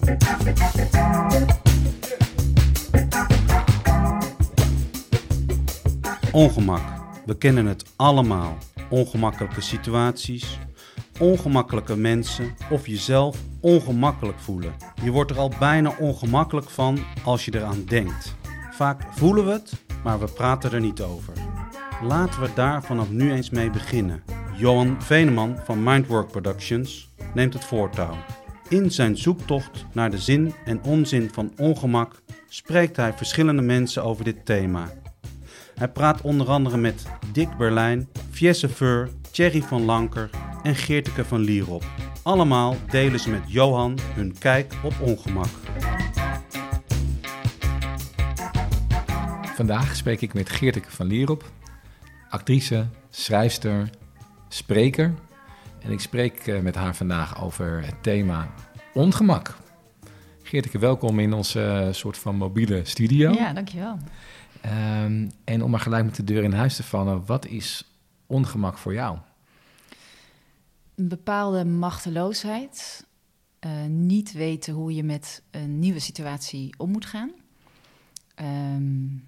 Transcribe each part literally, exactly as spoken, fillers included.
Ongemak. We kennen het allemaal. Ongemakkelijke situaties, ongemakkelijke mensen of jezelf ongemakkelijk voelen. Je wordt er al bijna ongemakkelijk van als je eraan denkt. Vaak voelen we het, maar we praten er niet over. Laten we daar vanaf nu eens mee beginnen. Johan Veneman van Mindwork Productions neemt het voortouw. In zijn zoektocht naar de zin en onzin van ongemak spreekt hij verschillende mensen over dit thema. Hij praat onder andere met Dick Berlijn, Fiesse Veur, Thierry van Lanker en Geerteke van Lierop. Allemaal delen ze met Johan hun kijk op ongemak. Vandaag spreek ik met Geerteke van Lierop, actrice, schrijfster, spreker. En ik spreek met haar vandaag over het thema ongemak. Geerteke, welkom in onze soort van mobiele studio. Ja, dankjewel. Um, en om maar gelijk met de deur in huis te vallen, wat is ongemak voor jou? Een bepaalde machteloosheid. Uh, niet weten hoe je met een nieuwe situatie om moet gaan. Um,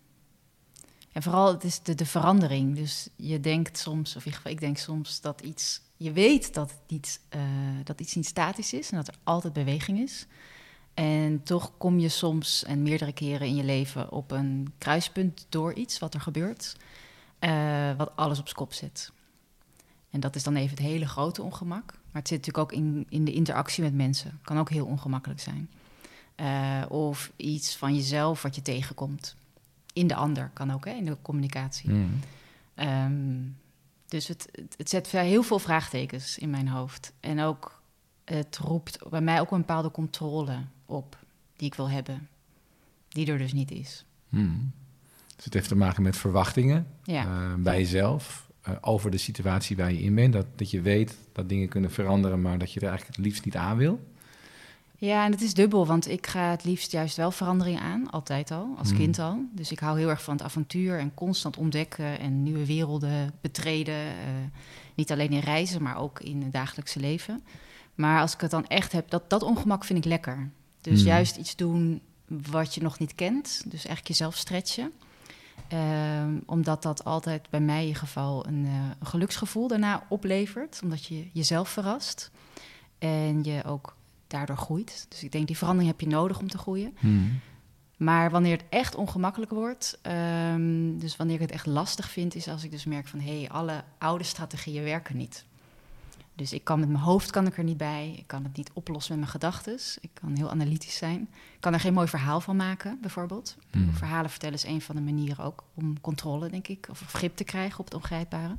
en vooral, het is de, de verandering. Dus je denkt soms, of in ieder geval ik denk soms, dat iets... Je weet dat, het niet, uh, dat iets niet statisch is en dat er altijd beweging is. En toch kom je soms en meerdere keren in je leven op een kruispunt door iets wat er gebeurt, uh, wat alles op z'n kop zet. En dat is dan even het hele grote ongemak. Maar het zit natuurlijk ook in, in de interactie met mensen. Kan ook heel ongemakkelijk zijn. Uh, of iets van jezelf wat je tegenkomt. In de ander kan ook, hè, in de communicatie. Mm. Um, dus het, het, het zet heel veel vraagtekens in mijn hoofd. En ook, het roept bij mij ook een bepaalde controle op die ik wil hebben, die er dus niet is. Hmm. Dus het heeft te maken met verwachtingen ja. uh, bij ja. jezelf, uh, over de situatie waar je in bent. Dat, dat je weet dat dingen kunnen veranderen, maar dat je er eigenlijk het liefst niet aan wil. Ja, en het is dubbel, want ik ga het liefst juist wel verandering aan, altijd al, als hmm. kind al. Dus ik hou heel erg van het avontuur en constant ontdekken en nieuwe werelden betreden. Uh, niet alleen in reizen, maar ook in het dagelijkse leven. Maar als ik het dan echt heb, dat, dat ongemak vind ik lekker. Dus hmm. juist iets doen wat je nog niet kent. Dus eigenlijk jezelf stretchen. Um, omdat dat altijd bij mij in ieder geval een, uh, een geluksgevoel daarna oplevert. Omdat je jezelf verrast. En je ook daardoor groeit. Dus ik denk, die verandering heb je nodig om te groeien. Hmm. Maar wanneer het echt ongemakkelijk wordt... Um, dus wanneer ik het echt lastig vind... is als ik dus merk van... hé, hey, alle oude strategieën werken niet. Dus ik kan met mijn hoofd kan ik er niet bij. Ik kan het niet oplossen met mijn gedachten. Ik kan heel analytisch zijn. Ik kan er geen mooi verhaal van maken, bijvoorbeeld. Mm. Verhalen vertellen is een van de manieren ook om controle, denk ik, of grip te krijgen op het ongrijpbare.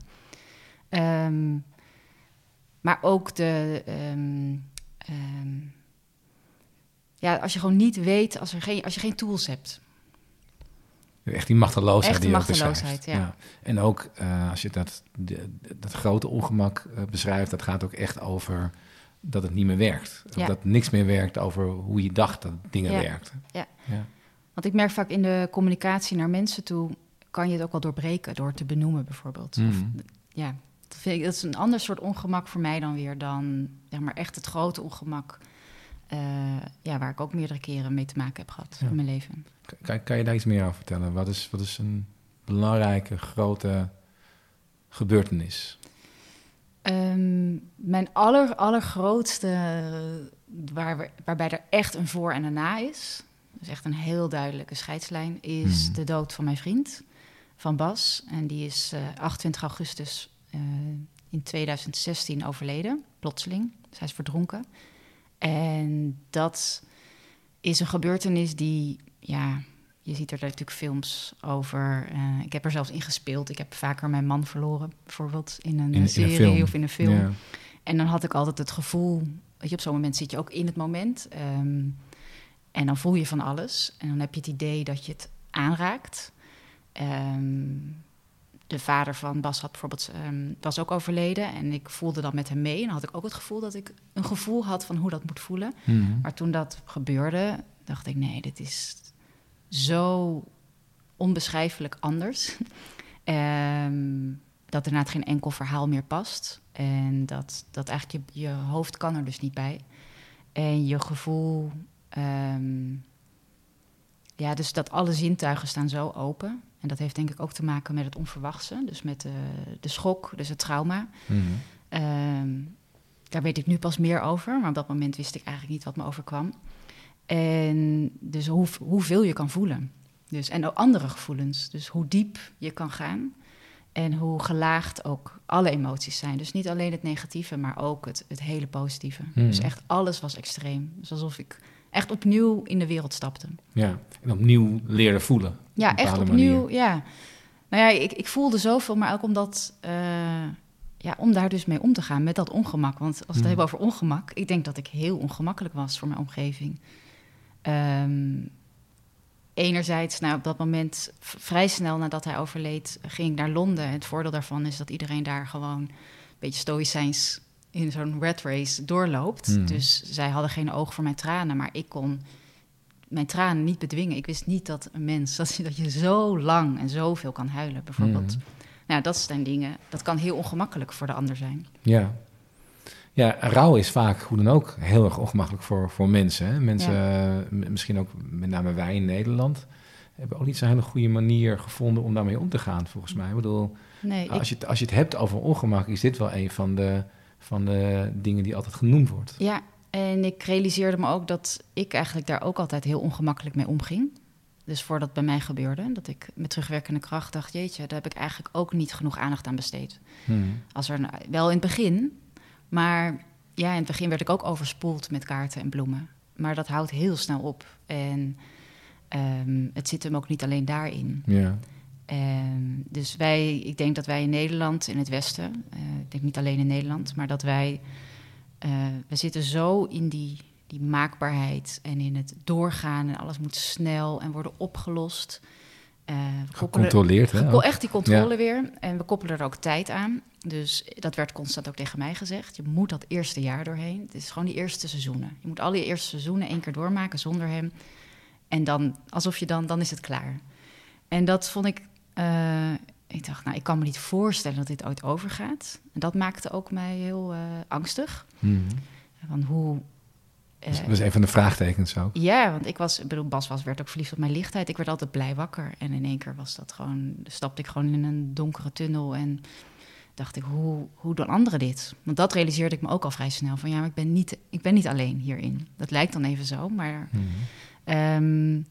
Um, maar ook de... Um, um, ja, als je gewoon niet weet, als, er geen, als je geen tools hebt... Echt die machteloosheid. Echt die machteloosheid, ja. ja. En ook uh, als je dat, de, dat grote ongemak uh, beschrijft... dat gaat ook echt over dat het niet meer werkt. Ja. Dat niks meer werkt over hoe je dacht dat dingen ja. werkten. Ja. ja, want ik merk vaak in de communicatie naar mensen toe... kan je het ook wel doorbreken door te benoemen bijvoorbeeld. Mm. Of, ja, dat, vind ik, dat is een ander soort ongemak voor mij dan weer... dan zeg maar echt het grote ongemak... Uh, ja, waar ik ook meerdere keren mee te maken heb gehad ja. in mijn leven. Kan, kan je daar iets meer over vertellen? Wat is, wat is een belangrijke, grote gebeurtenis? Um, mijn aller, allergrootste, waar we, waarbij er echt een voor en een na is... dus echt een heel duidelijke scheidslijn... is hmm. de dood van mijn vriend, van Bas. En die is uh, achtentwintig augustus uh, in tweeduizend zestien overleden, plotseling. Dus hij is verdronken. En dat is een gebeurtenis die, ja, je ziet er natuurlijk films over. Uh, ik heb er zelfs in gespeeld. Ik heb vaker mijn man verloren, bijvoorbeeld in een in, serie in een of in een film. Ja. En dan had ik altijd het gevoel, weet je, op zo'n moment zit je ook in het moment. Um, en dan voel je van alles. En dan heb je het idee dat je het aanraakt. Um, De vader van Bas had bijvoorbeeld, um, was ook overleden. En ik voelde dat met hem mee. En dan had ik ook het gevoel dat ik een gevoel had van hoe dat moet voelen. Mm-hmm. Maar toen dat gebeurde, dacht ik, nee, dit is zo onbeschrijfelijk anders. um, dat er inderdaad geen enkel verhaal meer past. En dat, dat eigenlijk je, je hoofd kan er dus niet bij. En je gevoel... Um, ja, dus dat alle zintuigen staan zo open. En dat heeft denk ik ook te maken met het onverwachte. Dus met de, de schok, dus het trauma. Mm-hmm. Um, daar weet ik nu pas meer over. Maar op dat moment wist ik eigenlijk niet wat me overkwam. En dus hoe, hoeveel je kan voelen. Dus, en ook andere gevoelens. Dus hoe diep je kan gaan. En hoe gelaagd ook alle emoties zijn. Dus niet alleen het negatieve, maar ook het, het hele positieve. Mm. Dus echt alles was extreem. Dus alsof ik echt opnieuw in de wereld stapte. Ja, en opnieuw leren voelen. Ja, op een echt bepaalde opnieuw, manier. ja. Nou ja, ik, ik voelde zoveel, maar ook omdat... Uh, ja, om daar dus mee om te gaan, met dat ongemak. Want als we het Mm. hebben over ongemak... ik denk dat ik heel ongemakkelijk was voor mijn omgeving. Um, enerzijds, nou, op dat moment, v- vrij snel nadat hij overleed... ging ik naar Londen. Het voordeel daarvan is dat iedereen daar gewoon... een beetje stoïcijns in zo'n rat race doorloopt. Mm. Dus zij hadden geen oog voor mijn tranen, maar ik kon... mijn tranen niet bedwingen. Ik wist niet dat een mens, dat je, dat je zo lang en zoveel kan huilen, bijvoorbeeld. Mm. Nou, dat zijn dingen, dat kan heel ongemakkelijk voor de ander zijn. Ja. Ja, rouw is vaak, hoe dan ook, heel erg ongemakkelijk voor, voor mensen. Hè? Mensen, Ja. uh, m- misschien ook met name wij in Nederland... hebben ook niet zo'n hele goede manier gevonden om daarmee om te gaan, volgens mij. Ik bedoel, Nee, als, ik, je het, als je het hebt over ongemak... is dit wel een van de, van de dingen die altijd genoemd wordt. ja, en ik realiseerde me ook dat ik eigenlijk daar ook altijd heel ongemakkelijk mee omging. Dus voordat het bij mij gebeurde, dat ik met terugwerkende kracht dacht... jeetje, daar heb ik eigenlijk ook niet genoeg aandacht aan besteed. Hmm. Als er, wel in het begin, maar ja, in het begin werd ik ook overspoeld met kaarten en bloemen. Maar dat houdt heel snel op. En um, het zit hem ook niet alleen daarin. Ja. Um, dus wij, ik denk dat wij in Nederland, in het Westen... Uh, ik denk niet alleen in Nederland, maar dat wij... Uh, we zitten zo in die, die maakbaarheid en in het doorgaan... en alles moet snel en worden opgelost... Uh, Gecontroleerd, hè? Geko- echt die controle Ja. weer. En we koppelen er ook tijd aan. Dus dat werd constant ook tegen mij gezegd. Je moet dat eerste jaar doorheen. Het is gewoon die eerste seizoenen. Je moet alle eerste seizoenen één keer doormaken zonder hem. En dan, alsof je dan, dan is het klaar. En dat vond ik... Uh, ik dacht, nou, ik kan me niet voorstellen dat dit ooit overgaat. En dat maakte ook mij heel uh, angstig. Hmm. Van hoe... Uh, dat is een van de vraagtekens ook. Ja, want ik was, ik bedoel, Bas was, werd ook verliefd op mijn lichtheid. Ik werd altijd blij wakker. En in één keer was dat gewoon, stapte ik gewoon in een donkere tunnel. En dacht ik, hoe, hoe doen anderen dit? Want dat realiseerde ik me ook al vrij snel. Van ja, maar ik ben niet, ik ben niet alleen hierin. Dat lijkt dan even zo, maar... Mm-hmm. Um,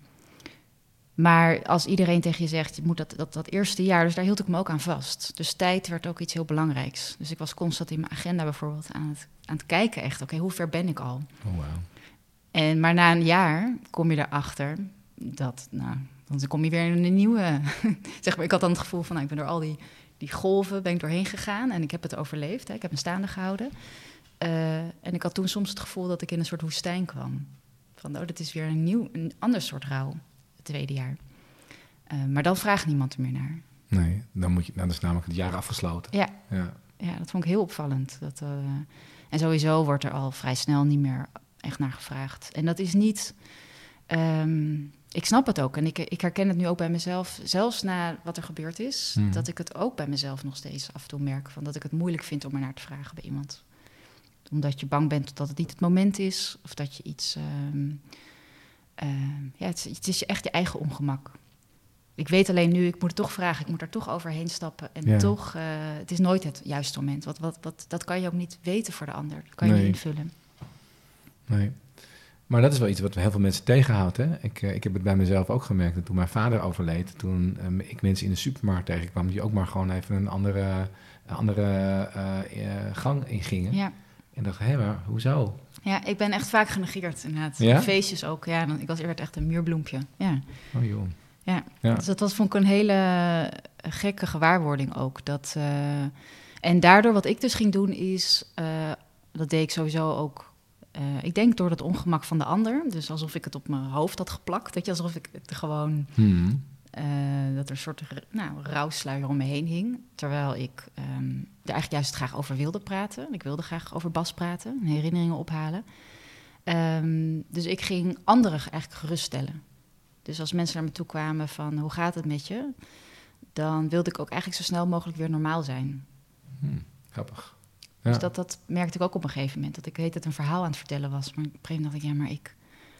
maar als iedereen tegen je zegt, je moet dat, dat, dat eerste jaar... Dus daar hield ik me ook aan vast. Dus tijd werd ook iets heel belangrijks. Dus ik was constant in mijn agenda bijvoorbeeld aan het, aan het kijken echt. Oké, okay, hoe ver ben ik al? Oh, wow. En, maar na een jaar kom je erachter dat, nou, dan kom je weer in een nieuwe... zeg maar, ik had dan het gevoel van, nou, ik ben door al die, die golven ben ik doorheen gegaan... en ik heb het overleefd, hè, ik heb me staande gehouden. Uh, en ik had toen soms het gevoel dat ik in een soort woestijn kwam. Van, oh, dit is weer een nieuw, een ander soort rouw, het tweede jaar. Uh, maar dan vraagt niemand er meer naar. Nee, dan moet je, nou, dat is namelijk het jaar afgesloten. Ja, ja. ja dat vond ik heel opvallend. Dat, uh, en sowieso wordt er al vrij snel niet meer echt naar gevraagd. En dat is niet... Um, ik snap het ook. En ik, ik herken het nu ook bij mezelf. Zelfs na wat er gebeurd is... Mm. dat ik het ook bij mezelf nog steeds af en toe merk. Van dat ik het moeilijk vind om er naar te vragen bij iemand. Omdat je bang bent dat het niet het moment is. Of dat je iets... Um, uh, ja, het, het is echt je eigen ongemak. Ik weet alleen nu, ik moet het toch vragen. Ik moet er toch overheen stappen. En ja. toch... Uh, het is nooit het juiste moment. Wat, wat, wat, dat kan je ook niet weten voor de ander. Dat kan je nee. niet invullen. Nee. Maar dat is wel iets wat heel veel mensen tegenhoudt. Hè? Ik, uh, ik heb het bij mezelf ook gemerkt. Dat toen mijn vader overleed, toen um, ik mensen in de supermarkt tegenkwam... die ook maar gewoon even een andere, een andere uh, uh, gang ingingen. Ja. En dacht, hé, maar hoezo? Ja, ik ben echt vaak genegeerd inderdaad. Ja? Feestjes ook, ja. Ik was eerder echt een muurbloempje. Ja. Oh joh. Ja, ja. Dus dat was, vond ik een hele gekke gewaarwording ook. Dat, uh, en daardoor wat ik dus ging doen is... Uh, dat deed ik sowieso ook... Uh, ik denk door het ongemak van de ander. Dus alsof ik het op mijn hoofd had geplakt. Weet je, alsof ik het gewoon... Hmm. Uh, dat er een soort nou, rouwsluier om me heen hing. Terwijl ik um, er eigenlijk juist graag over wilde praten. Ik wilde graag over Bas praten. Herinneringen ophalen. Um, dus ik ging anderen eigenlijk geruststellen. Dus als mensen naar me toe kwamen van... hoe gaat het met je? Dan wilde ik ook eigenlijk zo snel mogelijk weer normaal zijn. Hmm, grappig. Ja. Dus dat, dat merkte ik ook op een gegeven moment. Dat ik weet dat een verhaal aan het vertellen was. Maar op een gegeven moment dacht ik, ja, maar ik...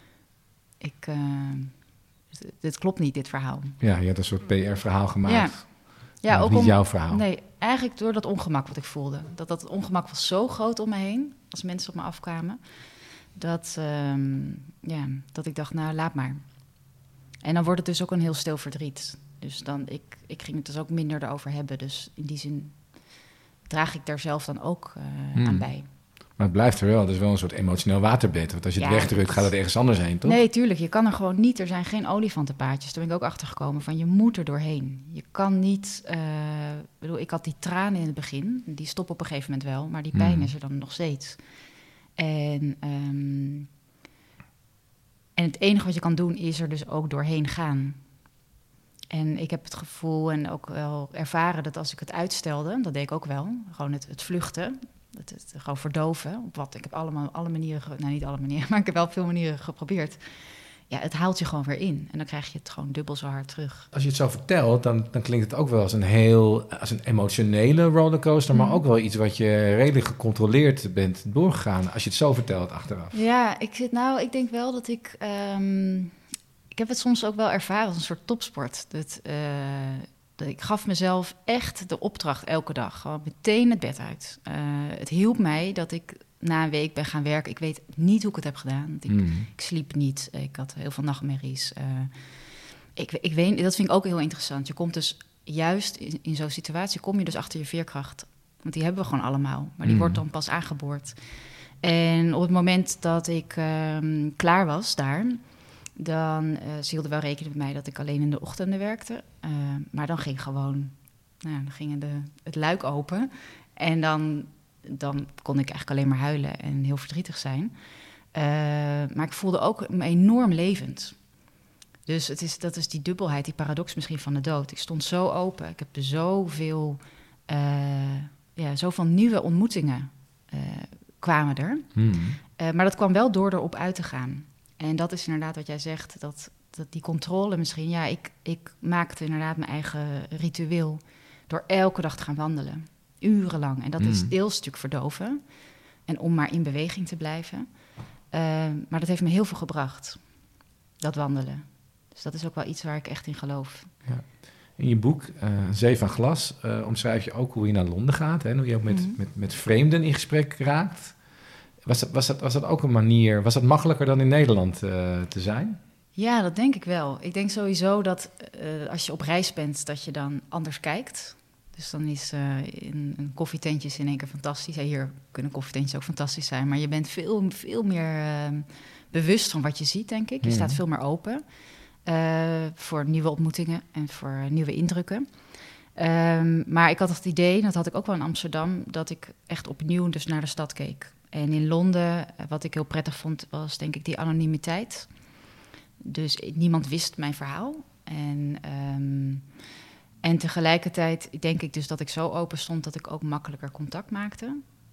ik uh, dit, dit klopt niet, dit verhaal. Ja, je had een soort P R-verhaal gemaakt. Ja, ja ook niet om, jouw verhaal. Nee, eigenlijk door dat ongemak wat ik voelde. Dat dat ongemak was zo groot om me heen, als mensen op me afkwamen, dat, um, ja, dat ik dacht, nou, laat maar. En dan wordt het dus ook een heel stil verdriet. Dus dan, ik, ik ging het dus ook minder erover hebben. Dus in die zin draag ik daar zelf dan ook uh, hmm. aan bij. Maar het blijft er wel. Het is wel een soort emotioneel waterbed. Want als je het ja, wegdrukt, gaat het ergens anders heen, toch? Nee, tuurlijk. Je kan er gewoon niet. Er zijn geen olifantenpaadjes. Daar ben ik ook achter gekomen. Van je moet er doorheen. Je kan niet... Uh, bedoel, ik had die tranen in het begin. Die stoppen op een gegeven moment wel. Maar die pijn hmm. is er dan nog steeds. En, um, en het enige wat je kan doen, is er dus ook doorheen gaan. En ik heb het gevoel en ook wel ervaren dat als ik het uitstelde... dat deed ik ook wel. Gewoon het, het vluchten... Het, het gewoon verdoven, op wat ik heb allemaal alle manieren, ge- nou niet alle manieren, maar ik heb wel op veel manieren geprobeerd. Ja, het haalt je gewoon weer in en dan krijg je het gewoon dubbel zo hard terug. Als je het zo vertelt, dan, dan klinkt het ook wel als een heel, als een emotionele rollercoaster, mm. maar ook wel iets wat je redelijk gecontroleerd bent doorgegaan. Als je het zo vertelt achteraf. Ja, ik zit nou, ik denk wel dat ik, um, ik heb het soms ook wel ervaren als een soort topsport. Dat. Uh, Ik gaf mezelf echt de opdracht elke dag. Gewoon meteen het bed uit. Uh, het hielp mij dat ik na een week ben gaan werken. Ik weet niet hoe ik het heb gedaan. Ik, mm. ik sliep niet. Ik had heel veel nachtmerries. Uh, ik, ik weet, dat vind ik ook heel interessant. Je komt dus juist in, in zo'n situatie... kom je dus achter je veerkracht. Want die hebben we gewoon allemaal. Maar die mm. wordt dan pas aangeboord. En op het moment dat ik um, klaar was daar... dan uh, ze hielden wel rekening met mij dat ik alleen in de ochtenden werkte. Uh, maar dan ging gewoon, nou, dan ging de, het luik open. En dan, dan kon ik eigenlijk alleen maar huilen en heel verdrietig zijn. Uh, maar ik voelde ook me enorm levend. Dus het is, dat is die dubbelheid, die paradox misschien van de dood. Ik stond zo open. Ik heb zoveel, uh, ja, zoveel nieuwe ontmoetingen uh, kwamen er. Hmm. Uh, maar dat kwam wel door erop uit te gaan. En dat is inderdaad wat jij zegt, dat, dat die controle misschien... Ja, ik, ik maakte inderdaad mijn eigen ritueel door elke dag te gaan wandelen. Urenlang. En dat mm. is deels stuk verdoven. En om maar in beweging te blijven. Uh, maar dat heeft me heel veel gebracht, dat wandelen. Dus dat is ook wel iets waar ik echt in geloof. Ja. In je boek, uh, Zee van Glas, uh, omschrijf je ook hoe je naar Londen gaat. Hè? Hoe je ook met, mm-hmm. met, met vreemden in gesprek raakt... Was dat, was, dat, was dat ook een manier... Was dat makkelijker dan in Nederland uh, te zijn? Ja, dat denk ik wel. Ik denk sowieso dat uh, als je op reis bent... dat je dan anders kijkt. Dus dan is uh, een, een koffietentje in één keer fantastisch. Ja, hier kunnen koffietentjes ook fantastisch zijn. Maar je bent veel, veel meer uh, bewust van wat je ziet, denk ik. Je mm. staat veel meer open uh, voor nieuwe ontmoetingen... en voor uh, nieuwe indrukken. Um, maar ik had het idee, en dat had ik ook wel in Amsterdam... dat ik echt opnieuw dus naar de stad keek... En in Londen, wat ik heel prettig vond, was denk ik die anonimiteit. Dus niemand wist mijn verhaal. En, um, en tegelijkertijd denk ik dus dat ik zo open stond... dat ik ook makkelijker contact maakte.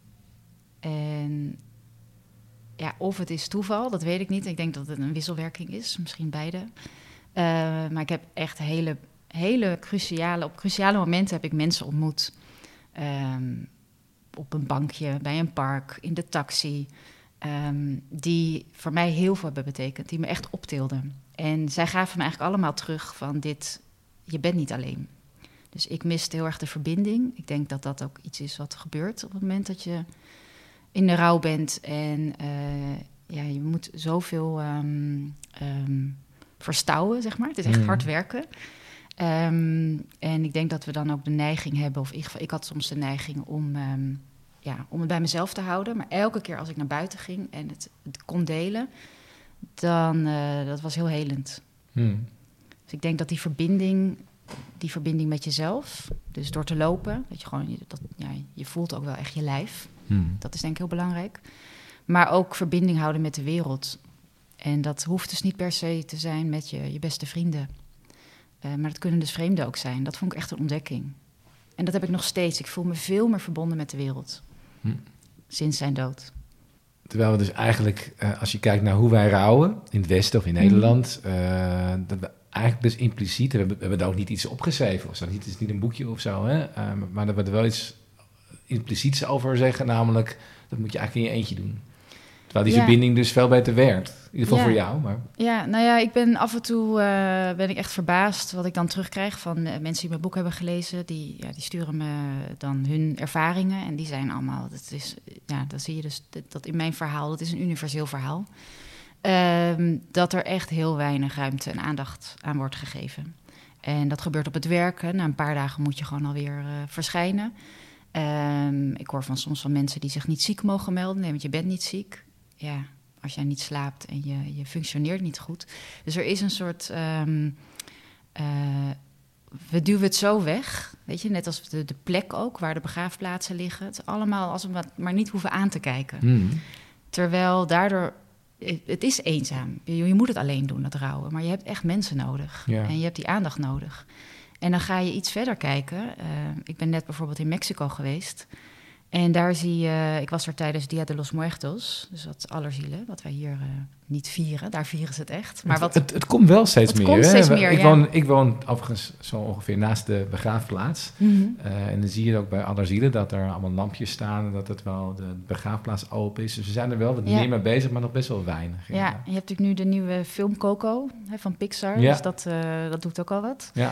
En ja, of het is toeval, dat weet ik niet. Ik denk dat het een wisselwerking is, misschien beide. Uh, maar ik heb echt hele, hele cruciale... Op cruciale momenten heb ik mensen ontmoet... Um, op een bankje, bij een park, in de taxi... Um, die voor mij heel veel hebben betekend, die me echt optilden. En zij gaven me eigenlijk allemaal terug van dit... je bent niet alleen. Dus ik miste heel erg de verbinding. Ik denk dat dat ook iets is wat gebeurt op het moment dat je in de rouw bent. En uh, ja, je moet zoveel um, um, verstouwen, zeg maar. Het is echt mm. hard werken. Um, en ik denk dat we dan ook de neiging hebben... of in ieder geval, ik had soms de neiging om, um, ja, om het bij mezelf te houden. Maar elke keer als ik naar buiten ging en het, het kon delen... dan uh, dat was heel helend. Hmm. Dus ik denk dat die verbinding, die verbinding met jezelf... dus door te lopen, dat je gewoon... Dat, ja, je voelt ook wel echt je lijf. Hmm. Dat is denk ik heel belangrijk. Maar ook verbinding houden met de wereld. En dat hoeft dus niet per se te zijn met je, je beste vrienden... Uh, maar dat kunnen dus vreemden ook zijn. Dat vond ik echt een ontdekking. En dat heb ik nog steeds. Ik voel me veel meer verbonden met de wereld. Hm. Sinds zijn dood. Terwijl we dus eigenlijk, uh, als je kijkt naar hoe wij rouwen... in het Westen of in Nederland... Mm. Uh, dat we eigenlijk dus impliciet... We hebben, we hebben daar ook niet iets opgeschreven of zo. Het is niet een boekje of zo, hè? Uh, maar dat we er wel iets impliciets over zeggen, namelijk dat moet je eigenlijk in je eentje doen. Terwijl die Ja. verbinding dus veel beter werkt. In ieder geval Ja. voor jou. Maar... Ja, nou ja, ik ben af en toe uh, ben ik echt verbaasd wat ik dan terugkrijg van uh, mensen die mijn boek hebben gelezen. Die, ja, die sturen me dan hun ervaringen en die zijn allemaal, dat is, ja, dan zie je dus dat, dat in mijn verhaal, dat is een universeel verhaal, um, dat er echt heel weinig ruimte en aandacht aan wordt gegeven. En dat gebeurt op het werk. Hè. Na een paar dagen moet je gewoon alweer uh, verschijnen. Um, ik hoor van soms van mensen die zich niet ziek mogen melden. Nee, want je bent niet ziek. Ja, als jij niet slaapt en je, je functioneert niet goed. Dus er is een soort... Um, uh, we duwen het zo weg. Weet je, net als de, de plek ook, waar de begraafplaatsen liggen. Het is allemaal als we maar niet hoeven aan te kijken. Mm. Terwijl daardoor... Het is eenzaam. Je, je moet het alleen doen, dat rouwen. Maar je hebt echt mensen nodig. Ja. En je hebt die aandacht nodig. En dan ga je iets verder kijken. Uh, ik ben net bijvoorbeeld in Mexico geweest. En daar zie je... Ik was er tijdens Dia de los Muertos. Dus dat allerzielen, wat wij hier uh, niet vieren. Daar vieren ze het echt. Maar wat, het, het, het komt wel steeds het meer. Komt hè? steeds meer, ik, ja. woon, ik woon overigens zo ongeveer naast de begraafplaats. Mm-hmm. Uh, en dan zie je ook bij allerzielen dat er allemaal lampjes staan... en dat het wel de begraafplaats open is. Dus we zijn er wel wat Ja. meer mee bezig, maar nog best wel weinig. Ja, inderdaad. je hebt natuurlijk nu de nieuwe film Coco hè, van Pixar. Ja. Dus dat, uh, dat doet ook al wat. Ja.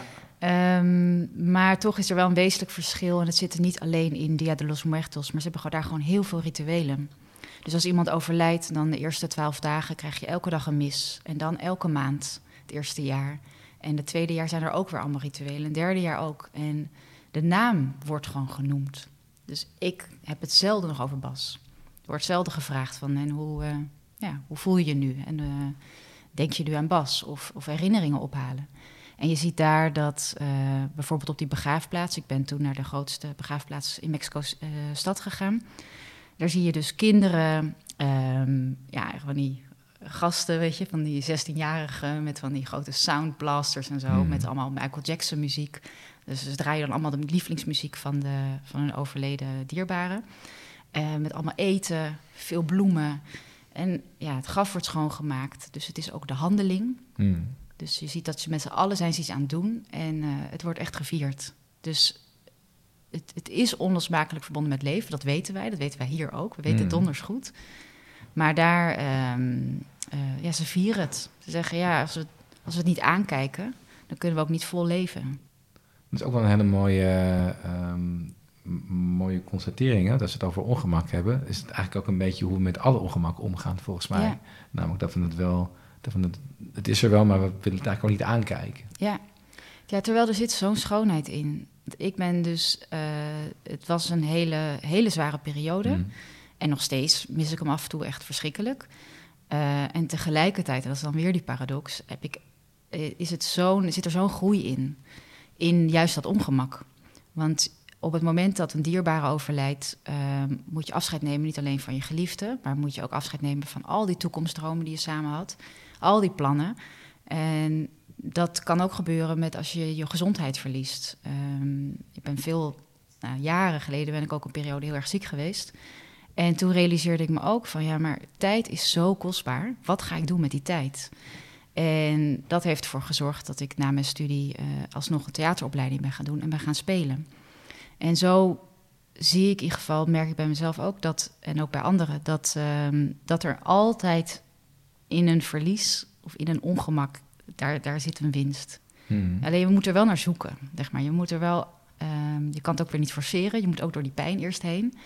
Um, maar toch is er wel een wezenlijk verschil. En het zit er niet alleen in Dia de los Muertos, maar ze hebben daar gewoon heel veel rituelen. Dus als iemand overlijdt, dan de eerste twaalf dagen krijg je elke dag een mis. En dan elke maand, het eerste jaar. En het tweede jaar zijn er ook weer allemaal rituelen. Het derde jaar ook. En de naam wordt gewoon genoemd. Dus ik heb het zelden nog over Bas. Er wordt zelden gevraagd van, en hoe, uh, ja, hoe voel je je nu? En uh, denk je nu aan Bas? Of, of herinneringen ophalen? En je ziet daar dat uh, bijvoorbeeld op die begraafplaats... ik ben toen naar de grootste begraafplaats in Mexico-stad uh, gegaan... daar zie je dus kinderen, um, ja, van die gasten, weet je... van die zestienjarigen met van die grote soundblasters en zo... Hmm. met allemaal Michael Jackson muziek. Dus ze draaien dan allemaal de lievelingsmuziek van, de, van hun overleden dierbaren. Uh, met allemaal eten, veel bloemen. En ja, het graf wordt schoongemaakt, dus het is ook de handeling... Hmm. Dus je ziet dat ze met z'n allen zijn ze iets aan het doen en uh, het wordt echt gevierd. Dus het, het is onlosmakelijk verbonden met leven, dat weten wij. Dat weten wij hier ook, we weten Mm. het donders goed. Maar daar, um, uh, ja, ze vieren het. Ze zeggen, ja, als we, als we het niet aankijken, dan kunnen we ook niet vol leven. Dat is ook wel een hele mooie, um, mooie constatering. Hè? Dat als we het over ongemak hebben, is het eigenlijk ook een beetje hoe we met alle ongemak omgaan, volgens mij. Ja. Namelijk dat we het wel... Het, het is er wel, maar we willen het eigenlijk ook niet aankijken. Ja. Ja, terwijl er zit zo'n schoonheid in. Ik ben dus... Uh, het was een hele, hele zware periode. Mm. En nog steeds mis ik hem af en toe echt verschrikkelijk. Uh, en tegelijkertijd, en dat is dan weer die paradox... Heb ik, is het zo'n, zit er zo'n groei in. In juist dat ongemak. Want op het moment dat een dierbare overlijdt... Uh, moet je afscheid nemen, niet alleen van je geliefde... maar moet je ook afscheid nemen van al die toekomstdromen die je samen had... Al die plannen. En dat kan ook gebeuren met als je je gezondheid verliest. Um, ik ben veel, nou, jaren geleden ben ik ook een periode heel erg ziek geweest. En toen realiseerde ik me ook van, ja, maar tijd is zo kostbaar. Wat ga ik doen met die tijd? En dat heeft ervoor gezorgd dat ik na mijn studie uh, alsnog een theateropleiding ben gaan doen en ben gaan spelen. En zo zie ik in ieder geval, merk ik bij mezelf ook, dat, en ook bij anderen, dat, um, dat er altijd... in een verlies of in een ongemak, daar, daar zit een winst. Hmm. Alleen, we moeten er wel naar zoeken, zeg maar. Je moet er wel, um, je kan het ook weer niet forceren. Je moet ook door die pijn eerst heen.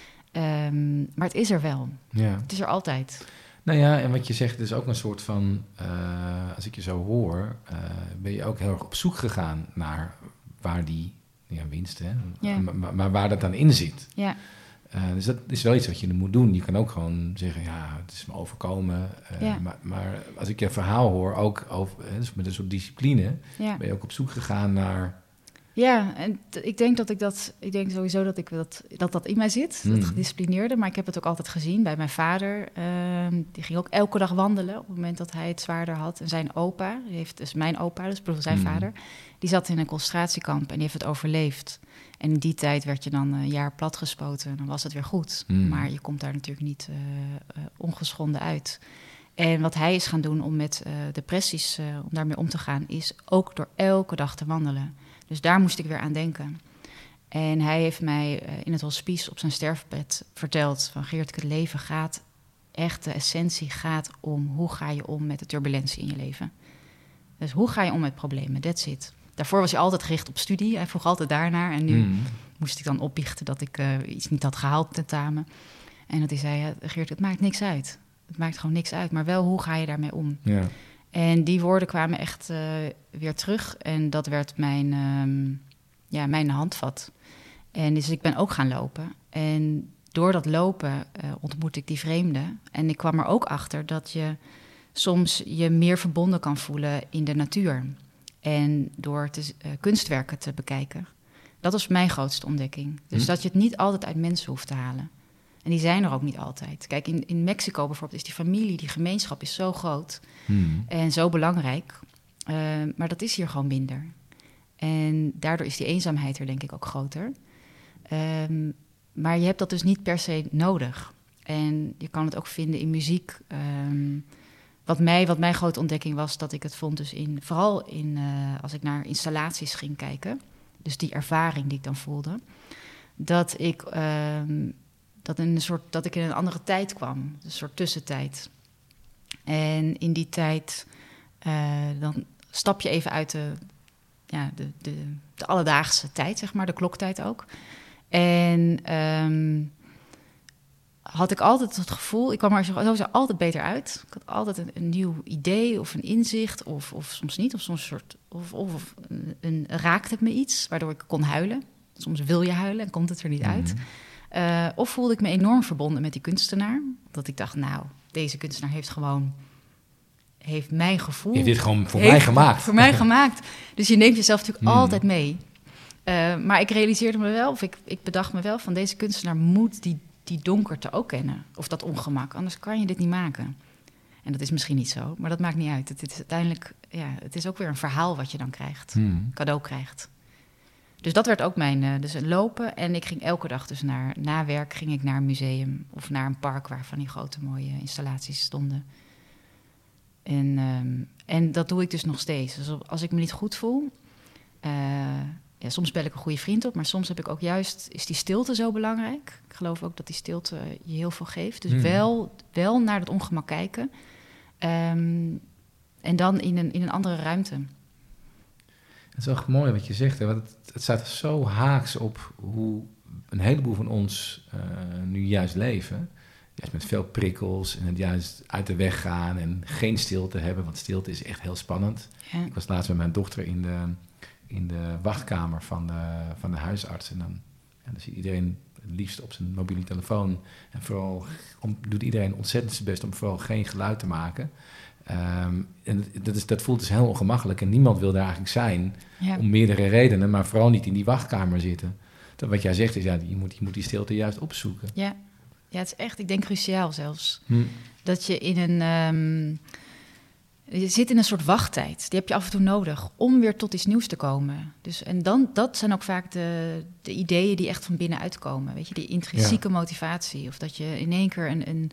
Um, maar het is er wel. Ja. Het is er altijd. Nou ja, en wat je zegt is ook een soort van... Uh, als ik je zo hoor, uh, ben je ook heel erg op zoek gegaan naar waar die ja, winst, hè? Ja. Maar, maar waar dat dan in zit. Ja. Uh, dus dat is wel iets wat je er moet doen. Je kan ook gewoon zeggen, ja, het is me overkomen. Uh, ja. maar, maar als ik je verhaal hoor, ook over, dus met een soort discipline... Ja. ben je ook op zoek gegaan naar... Ja, en t- ik denk dat ik dat... Ik denk sowieso dat ik dat, dat, dat in mij zit, mm. dat gedisciplineerde. Maar ik heb het ook altijd gezien bij mijn vader. Uh, die ging ook elke dag wandelen op het moment dat hij het zwaarder had. En zijn opa, die heeft dus mijn opa, dus bedoel zijn mm. vader... die zat in een concentratiekamp en die heeft het overleefd. En in die tijd werd je dan een jaar platgespoten en dan was het weer goed. Mm. Maar je komt daar natuurlijk niet uh, uh, ongeschonden uit. En wat hij is gaan doen om met uh, depressies, uh, om daarmee om te gaan... is ook door elke dag te wandelen. Dus daar moest ik weer aan denken. En hij heeft mij uh, in het hospice op zijn sterfbed verteld van Geert, het leven gaat, echt de essentie gaat om hoe ga je om met de turbulentie in je leven. Dus hoe ga je om met problemen, that's it. Daarvoor was hij altijd gericht op studie, hij vroeg altijd daarnaar. En nu mm. moest ik dan opbiechten dat ik uh, iets niet had gehaald tentamen. En dat hij zei, ja, Geert, het maakt niks uit. Het maakt gewoon niks uit, maar wel hoe ga je daarmee om? Ja. En die woorden kwamen echt uh, weer terug en dat werd mijn, um, ja, mijn handvat. En dus ik ben ook gaan lopen. En door dat lopen uh, ontmoette ik die vreemden. En ik kwam er ook achter dat je soms je meer verbonden kan voelen in de natuur. En door te, uh, kunstwerken te bekijken. Dat was mijn grootste ontdekking. Dus hm. dat je het niet altijd uit mensen hoeft te halen. En die zijn er ook niet altijd. Kijk, in, in Mexico bijvoorbeeld is die familie, die gemeenschap is zo groot hmm. en zo belangrijk. Uh, maar dat is hier gewoon minder. En daardoor is die eenzaamheid er denk ik ook groter. Um, maar je hebt dat dus niet per se nodig. En je kan het ook vinden in muziek. Um, wat, mij, wat mijn grote ontdekking was, dat ik het vond dus in, vooral in, uh, als ik naar installaties ging kijken. Dus die ervaring die ik dan voelde. Dat ik... Um, Dat, in een soort, dat ik in een andere tijd kwam, een soort tussentijd. En in die tijd, uh, dan stap je even uit de, ja, de, de, de alledaagse tijd, zeg maar, de kloktijd ook. En um, had ik altijd het gevoel, ik kwam er sowieso altijd beter uit. Ik had altijd een, een nieuw idee of een inzicht, of, of soms niet, of soms een soort, of, of, of een, een, raakte het me iets, waardoor ik kon huilen. Soms wil je huilen en komt het er niet mm-hmm. uit. Uh, of voelde ik me enorm verbonden met die kunstenaar. Dat ik dacht, nou, deze kunstenaar heeft gewoon... heeft mijn gevoel... Je hebt dit gewoon voor mij gemaakt. Voor mij gemaakt. Dus je neemt jezelf natuurlijk mm. altijd mee. Uh, maar ik realiseerde me wel, of ik, ik bedacht me wel... van deze kunstenaar moet die, die donkerte ook kennen. Of dat ongemak, anders kan je dit niet maken. En dat is misschien niet zo, maar dat maakt niet uit. Het is uiteindelijk, ja, het is ook weer een verhaal wat je dan krijgt. Mm. Cadeau krijgt. Dus dat werd ook mijn uh, dus lopen. En ik ging elke dag dus naar na werk ging ik naar een museum of naar een park waar van die grote mooie installaties stonden. En, um, en dat doe ik dus nog steeds. Dus als ik me niet goed voel, uh, ja, soms bel ik een goede vriend op, maar soms heb ik ook juist, is die stilte zo belangrijk. Ik geloof ook dat die stilte je heel veel geeft. Dus mm. wel, wel naar het ongemak kijken. Um, en dan in een, in een andere ruimte. Het is echt mooi wat je zegt, hè? Want het, het staat zo haaks op hoe een heleboel van ons uh, nu juist leven. Juist met veel prikkels en het juist uit de weg gaan en geen stilte hebben, want stilte is echt heel spannend. Ja. Ik was laatst met mijn dochter in de, in de wachtkamer van de, van de huisarts en dan, ja, dan ziet iedereen het liefst op zijn mobiele telefoon. En vooral om, doet iedereen ontzettend zijn best om vooral geen geluid te maken. Um, en dat, is, dat voelt dus heel ongemakkelijk en niemand wil daar eigenlijk zijn, ja. om meerdere redenen, maar vooral niet in die wachtkamer zitten. Dat wat jij zegt is, ja, je moet, je moet die stilte juist opzoeken. Ja. ja, het is echt, ik denk cruciaal zelfs. Hm. Dat je in een, um, je zit in een soort wachttijd. Die heb je af en toe nodig om weer tot iets nieuws te komen. Dus, en dan, dat zijn ook vaak de, de ideeën die echt van binnenuit komen. Weet je, die intrinsieke ja. motivatie. Of dat je in één keer een... een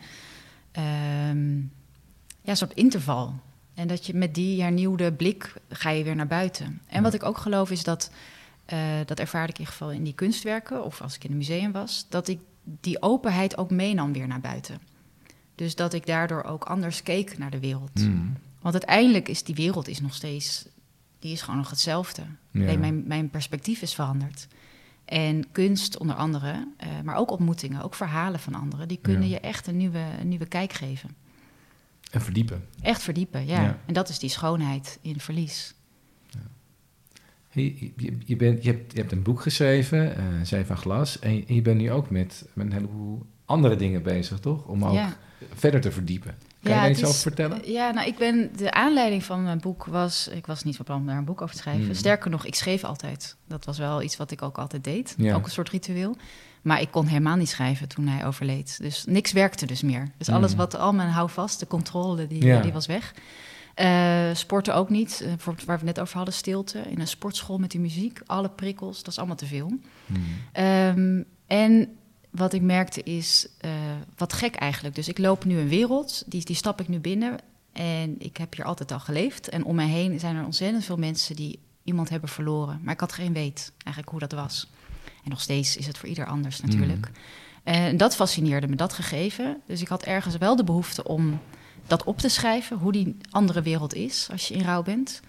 um, Ja, een soort interval. En dat je met die hernieuwde blik ga je weer naar buiten. En ja. wat ik ook geloof is dat, uh, dat ervaarde ik in ieder geval in die kunstwerken, of als ik in een museum was, dat ik die openheid ook meenam weer naar buiten. Dus dat ik daardoor ook anders keek naar de wereld. Mm. Want uiteindelijk is die wereld is nog steeds, die is gewoon nog hetzelfde. Ja. Nee, mijn, mijn perspectief is veranderd. En kunst onder andere, uh, maar ook ontmoetingen, ook verhalen van anderen, die kunnen ja. je echt een nieuwe, een nieuwe kijk geven. En verdiepen. Echt verdiepen, ja. ja. En dat is die schoonheid in verlies. Ja. Je, je, je, bent, je, hebt, je hebt een boek geschreven, uh, Zij van Glas. En je, en je bent nu ook met, met een heleboel andere dingen bezig, toch? Om ook ja. verder te verdiepen. Kan ja, je daar iets is, over vertellen? Ja, nou, ik ben... De aanleiding van mijn boek was... Ik was niet van plan om daar een boek over te schrijven. Mm. Sterker nog, ik schreef altijd. Dat was wel iets wat ik ook altijd deed. Ja. Ook een soort ritueel. Maar ik kon helemaal niet schrijven toen hij overleed. Dus niks werkte dus meer. Dus alles wat, al mijn houvast, de controle, die, ja. die was weg. Uh, sporten ook niet. Uh, waar we het net over hadden, stilte. In een sportschool met die muziek. Alle prikkels, dat is allemaal te veel. Mm. Um, en wat ik merkte is, uh, wat gek eigenlijk. Dus ik loop nu een wereld, die, die stap ik nu binnen. En ik heb hier altijd al geleefd. En om mij heen zijn er ontzettend veel mensen die iemand hebben verloren. Maar ik had geen weet eigenlijk hoe dat was. En nog steeds is het voor ieder anders natuurlijk. Mm. En dat fascineerde me, dat gegeven. Dus ik had ergens wel de behoefte om dat op te schrijven, hoe die andere wereld is als je in rouw bent.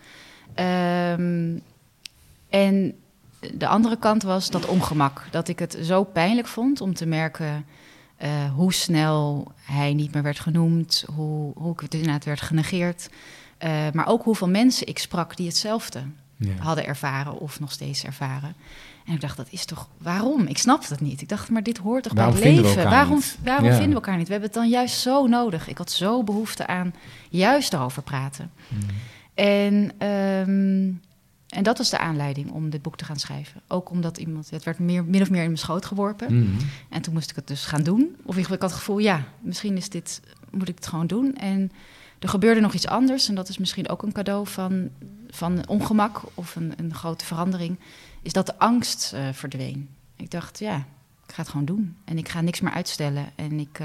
Um, en de andere kant was dat ongemak. Dat ik het zo pijnlijk vond om te merken uh, hoe snel hij niet meer werd genoemd, hoe, hoe ik het inderdaad werd genegeerd. Uh, maar ook hoeveel mensen ik sprak die hetzelfde ja. hadden ervaren of nog steeds ervaren. En ik dacht, dat is toch... Waarom? Ik snapte het niet. Ik dacht, maar dit hoort toch waarom bij het leven? Waarom, niet? waarom ja. vinden we elkaar niet? We hebben het dan juist zo nodig. Ik had zo behoefte aan juist erover praten. Mm. En, um, en dat was de aanleiding om dit boek te gaan schrijven. Ook omdat iemand... Het werd meer, min of meer in mijn schoot geworpen. Mm. En toen moest ik het dus gaan doen. Of ik had het gevoel, ja, misschien is dit... moet ik het gewoon doen. En er gebeurde nog iets anders. En dat is misschien ook een cadeau van, van ongemak of een, een grote verandering... is dat de angst uh, verdween. Ik dacht, ja, ik ga het gewoon doen. En ik ga niks meer uitstellen. En ik uh,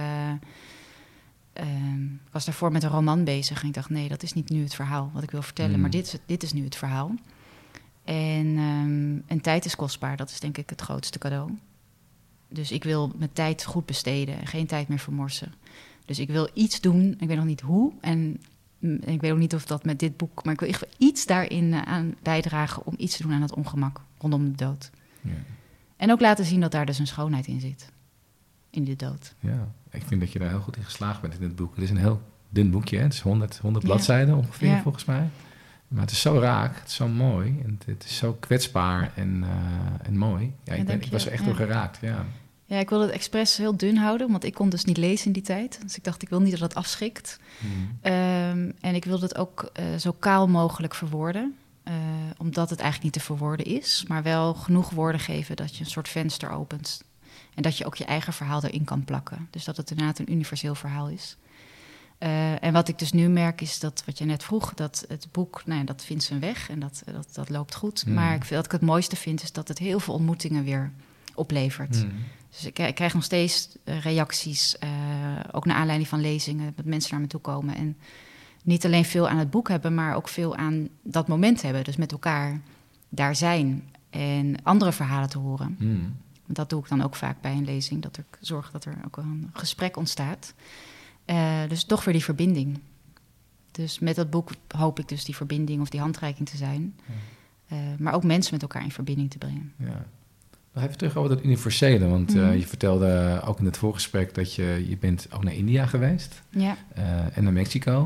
uh, was daarvoor met een roman bezig. En ik dacht, nee, dat is niet nu het verhaal wat ik wil vertellen. Mm. Maar dit is, dit is nu het verhaal. En, um, en tijd is kostbaar. Dat is denk ik het grootste cadeau. Dus ik wil mijn tijd goed besteden. En geen tijd meer vermorsen. Dus ik wil iets doen. Ik weet nog niet hoe. En... En ik weet ook niet of dat met dit boek... maar ik wil echt iets daarin uh, aan bijdragen... om iets te doen aan het ongemak rondom de dood. Ja. En ook laten zien dat daar dus een schoonheid in zit. In de dood. Ja, ik vind dat je daar heel goed in geslaagd bent in het boek. Het is een heel dun boekje, hè? Het is honderd, honderd ja. bladzijden ongeveer, ja. volgens mij. Maar het is zo raak, het is zo mooi... en het, het is zo kwetsbaar en, uh, en mooi. Ja, ik, ja, ben, ik was er echt ja. door geraakt, ja. Ja, ik wilde het expres heel dun houden, want ik kon dus niet lezen in die tijd. Dus ik dacht, ik wil niet dat het afschrikt. Mm. Um, en ik wilde het ook uh, zo kaal mogelijk verwoorden. Uh, omdat het eigenlijk niet te verwoorden is. Maar wel genoeg woorden geven dat je een soort venster opent. En dat je ook je eigen verhaal erin kan plakken. Dus dat het inderdaad een universeel verhaal is. Uh, en wat ik dus nu merk is dat, wat je net vroeg... dat het boek, nou ja, dat vindt zijn weg en dat, dat, dat loopt goed. Mm. Maar ik, wat ik het mooiste vind, is dat het heel veel ontmoetingen weer oplevert. Mm. Dus ik, ik krijg nog steeds uh, reacties, uh, ook naar aanleiding van lezingen... dat mensen naar me toe komen en niet alleen veel aan het boek hebben... maar ook veel aan dat moment hebben. Dus met elkaar daar zijn en andere verhalen te horen. Mm. Want dat doe ik dan ook vaak bij een lezing... dat ik zorg dat er ook een gesprek ontstaat. Uh, dus toch weer die verbinding. Dus met dat boek hoop ik dus die verbinding of die handreiking te zijn. Ja. Uh, maar ook mensen met elkaar in verbinding te brengen. Ja. Nog even terug over dat universele, want mm. uh, je vertelde ook in het voorgesprek dat je, je bent ook naar India geweest ja. uh, en naar Mexico.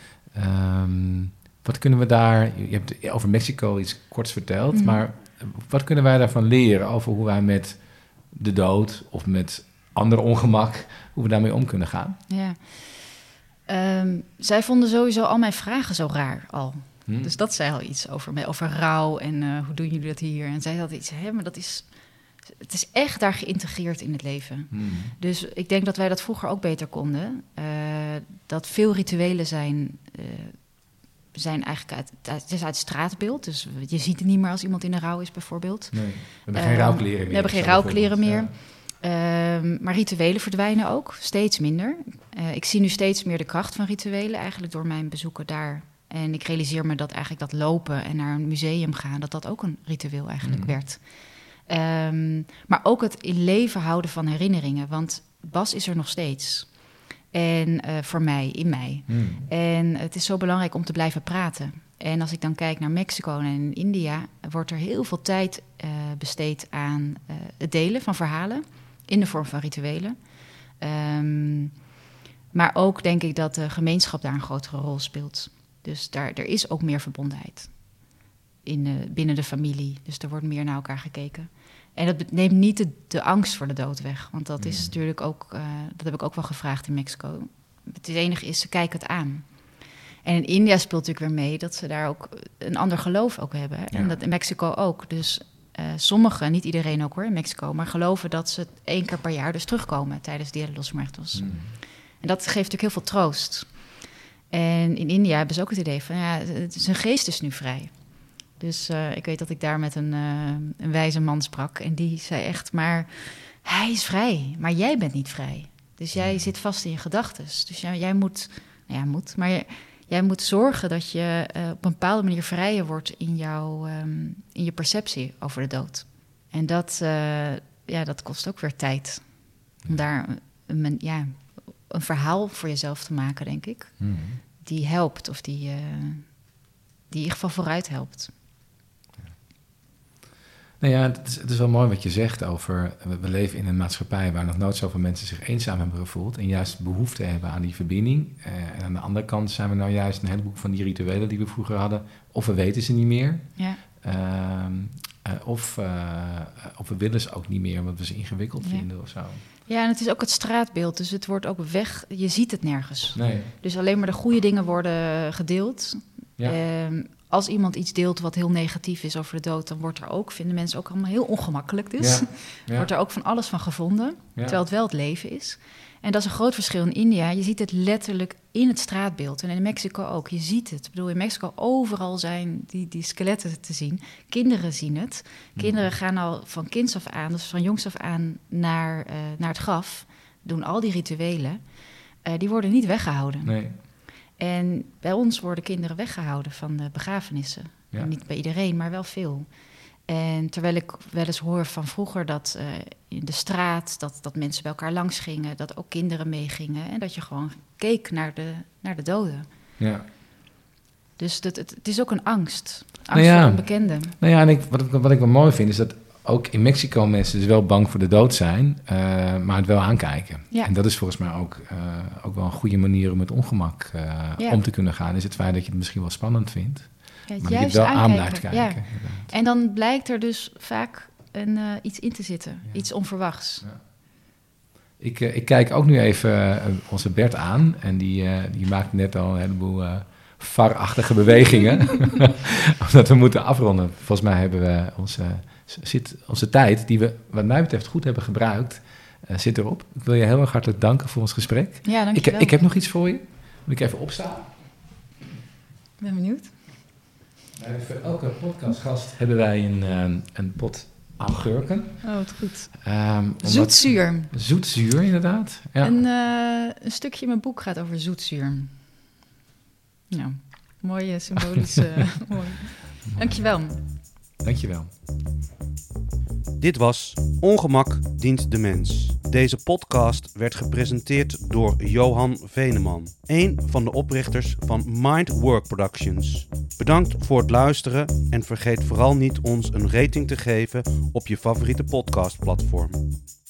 Um, wat kunnen we daar, je hebt over Mexico iets korts verteld, mm. maar wat kunnen wij daarvan leren over hoe wij met de dood of met ander ongemak, hoe we daarmee om kunnen gaan? Ja, um, zij vonden sowieso al mijn vragen zo raar al. Hmm. Dus dat zei al iets over, over rouw en uh, hoe doen jullie dat hier? En zij had iets, hè, maar dat is... Het is echt daar geïntegreerd in het leven. Hmm. Dus ik denk dat wij dat vroeger ook beter konden. Uh, dat veel rituelen zijn, uh, zijn eigenlijk uit, uit, het is uit het straatbeeld. Dus je ziet het niet meer als iemand in de rouw is, bijvoorbeeld. Nee, we hebben uh, geen rouwkleren meer. We hebben geen rouwkleren meer. Ja. Uh, maar rituelen verdwijnen ook, steeds minder. Uh, ik zie nu steeds meer de kracht van rituelen, eigenlijk door mijn bezoeken daar. En ik realiseer me dat eigenlijk dat lopen en naar een museum gaan... dat dat ook een ritueel eigenlijk hmm. werd. Um, maar ook het in leven houden van herinneringen. Want Bas is er nog steeds. En uh, voor mij, in mij. Mm. En het is zo belangrijk om te blijven praten. En als ik dan kijk naar Mexico en India... wordt er heel veel tijd uh, besteed aan uh, het delen van verhalen... in de vorm van rituelen. Um, maar ook denk ik dat de gemeenschap daar een grotere rol speelt. Dus daar, er is ook meer verbondenheid. In de, binnen de familie. Dus er wordt meer naar elkaar gekeken. En dat neemt niet de, de angst voor de dood weg. Want dat is natuurlijk ook... Uh, dat heb ik ook wel gevraagd in Mexico. Het enige is, ze kijken het aan. En in India speelt natuurlijk weer mee... dat ze daar ook een ander geloof ook hebben. Ja. En dat in Mexico ook. Dus uh, sommigen, niet iedereen ook hoor in Mexico... maar geloven dat ze één keer per jaar dus terugkomen... tijdens Dia de los Muertos. Mm. En dat geeft natuurlijk heel veel troost. En in India hebben ze ook het idee van... ja, zijn geest is nu vrij... Dus uh, ik weet dat ik daar met een, uh, een wijze man sprak. En die zei echt, maar hij is vrij. Maar jij bent niet vrij. Dus jij ja. zit vast in je gedachten. Dus jij, jij moet, nou ja, moet. Maar jij, jij moet zorgen dat je uh, op een bepaalde manier vrijer wordt in, jouw, um, in je perceptie over de dood. En dat, uh, ja, dat kost ook weer tijd. Om ja. daar een, ja, een verhaal voor jezelf te maken, denk ik. Mm-hmm. Die helpt of die, uh, die in ieder geval vooruit helpt. Nou ja, het is, het is wel mooi wat je zegt over... We, we leven in een maatschappij waar nog nooit zoveel mensen zich eenzaam hebben gevoeld... en juist behoefte hebben aan die verbinding. Uh, en aan de andere kant zijn we nou juist een heleboel van die rituelen die we vroeger hadden... of we weten ze niet meer. Ja. Uh, uh, of, uh, of we willen ze ook niet meer omdat we ze ingewikkeld ja. vinden of zo. Ja, en het is ook het straatbeeld, dus het wordt ook weg... Je ziet het nergens. Nee. Dus alleen maar de goede dingen worden gedeeld... Ja. Uh, als iemand iets deelt wat heel negatief is over de dood... dan wordt er ook, vinden mensen ook allemaal heel ongemakkelijk dus. Ja. Ja. Wordt er ook van alles van gevonden, ja. terwijl het wel het leven is. En dat is een groot verschil in India. Je ziet het letterlijk in het straatbeeld. En in Mexico ook. Je ziet het. Ik bedoel, in Mexico overal zijn die, die skeletten te zien. Kinderen zien het. Kinderen gaan al van kinds af aan, dus van jongs af aan... naar, uh, naar het graf, doen al die rituelen. Uh, die worden niet weggehouden. Nee. En bij ons worden kinderen weggehouden van de begrafenissen. Ja. En niet bij iedereen, maar wel veel. En terwijl ik wel eens hoor van vroeger dat uh, in de straat... Dat, dat mensen bij elkaar langs gingen, dat ook kinderen meegingen... en dat je gewoon keek naar de, naar de doden. Ja. Dus dat, het, het is ook een angst. Angst nou ja, voor onbekende. Nou ja, en ik, wat, ik, wat ik wel mooi vind is dat... ook in Mexico mensen dus wel bang voor de dood zijn, uh, maar het wel aankijken. Ja. En dat is volgens mij ook, uh, ook wel een goede manier om met ongemak uh, ja. om te kunnen gaan. Is het feit dat je het misschien wel spannend vindt, ja, maar dat je het wel aankijken. aan blijft kijken. Ja. En dan blijkt er dus vaak een, uh, iets in te zitten, ja. iets onverwachts. Ja. Ik, uh, ik kijk ook nu even uh, onze Bert aan en die, uh, die maakt net al een heleboel... Uh, varachtige bewegingen, omdat we moeten afronden. Volgens mij hebben we onze... Zit onze tijd, die we wat mij betreft goed hebben gebruikt, uh, zit erop. Ik wil je heel erg hartelijk danken voor ons gesprek. Ja, dank je ik, ik heb nog iets voor je. Moet ik even opstaan? Ik ben benieuwd. Uh, voor elke podcastgast hebben wij een, uh, een pot augurken. Oh, wat goed. Um, zoetzuur. Zoetzuur, inderdaad. Ja. Een, uh, een stukje in mijn boek gaat over zoetzuur. Nou, mooie symbolische... mooi. Dankjewel. Dankjewel. Dit was Ongemak dient de mens. Deze podcast werd gepresenteerd door Johan Veneman, een van de oprichters van Mind Work Productions. Bedankt voor het luisteren en vergeet vooral niet ons een rating te geven op je favoriete podcastplatform.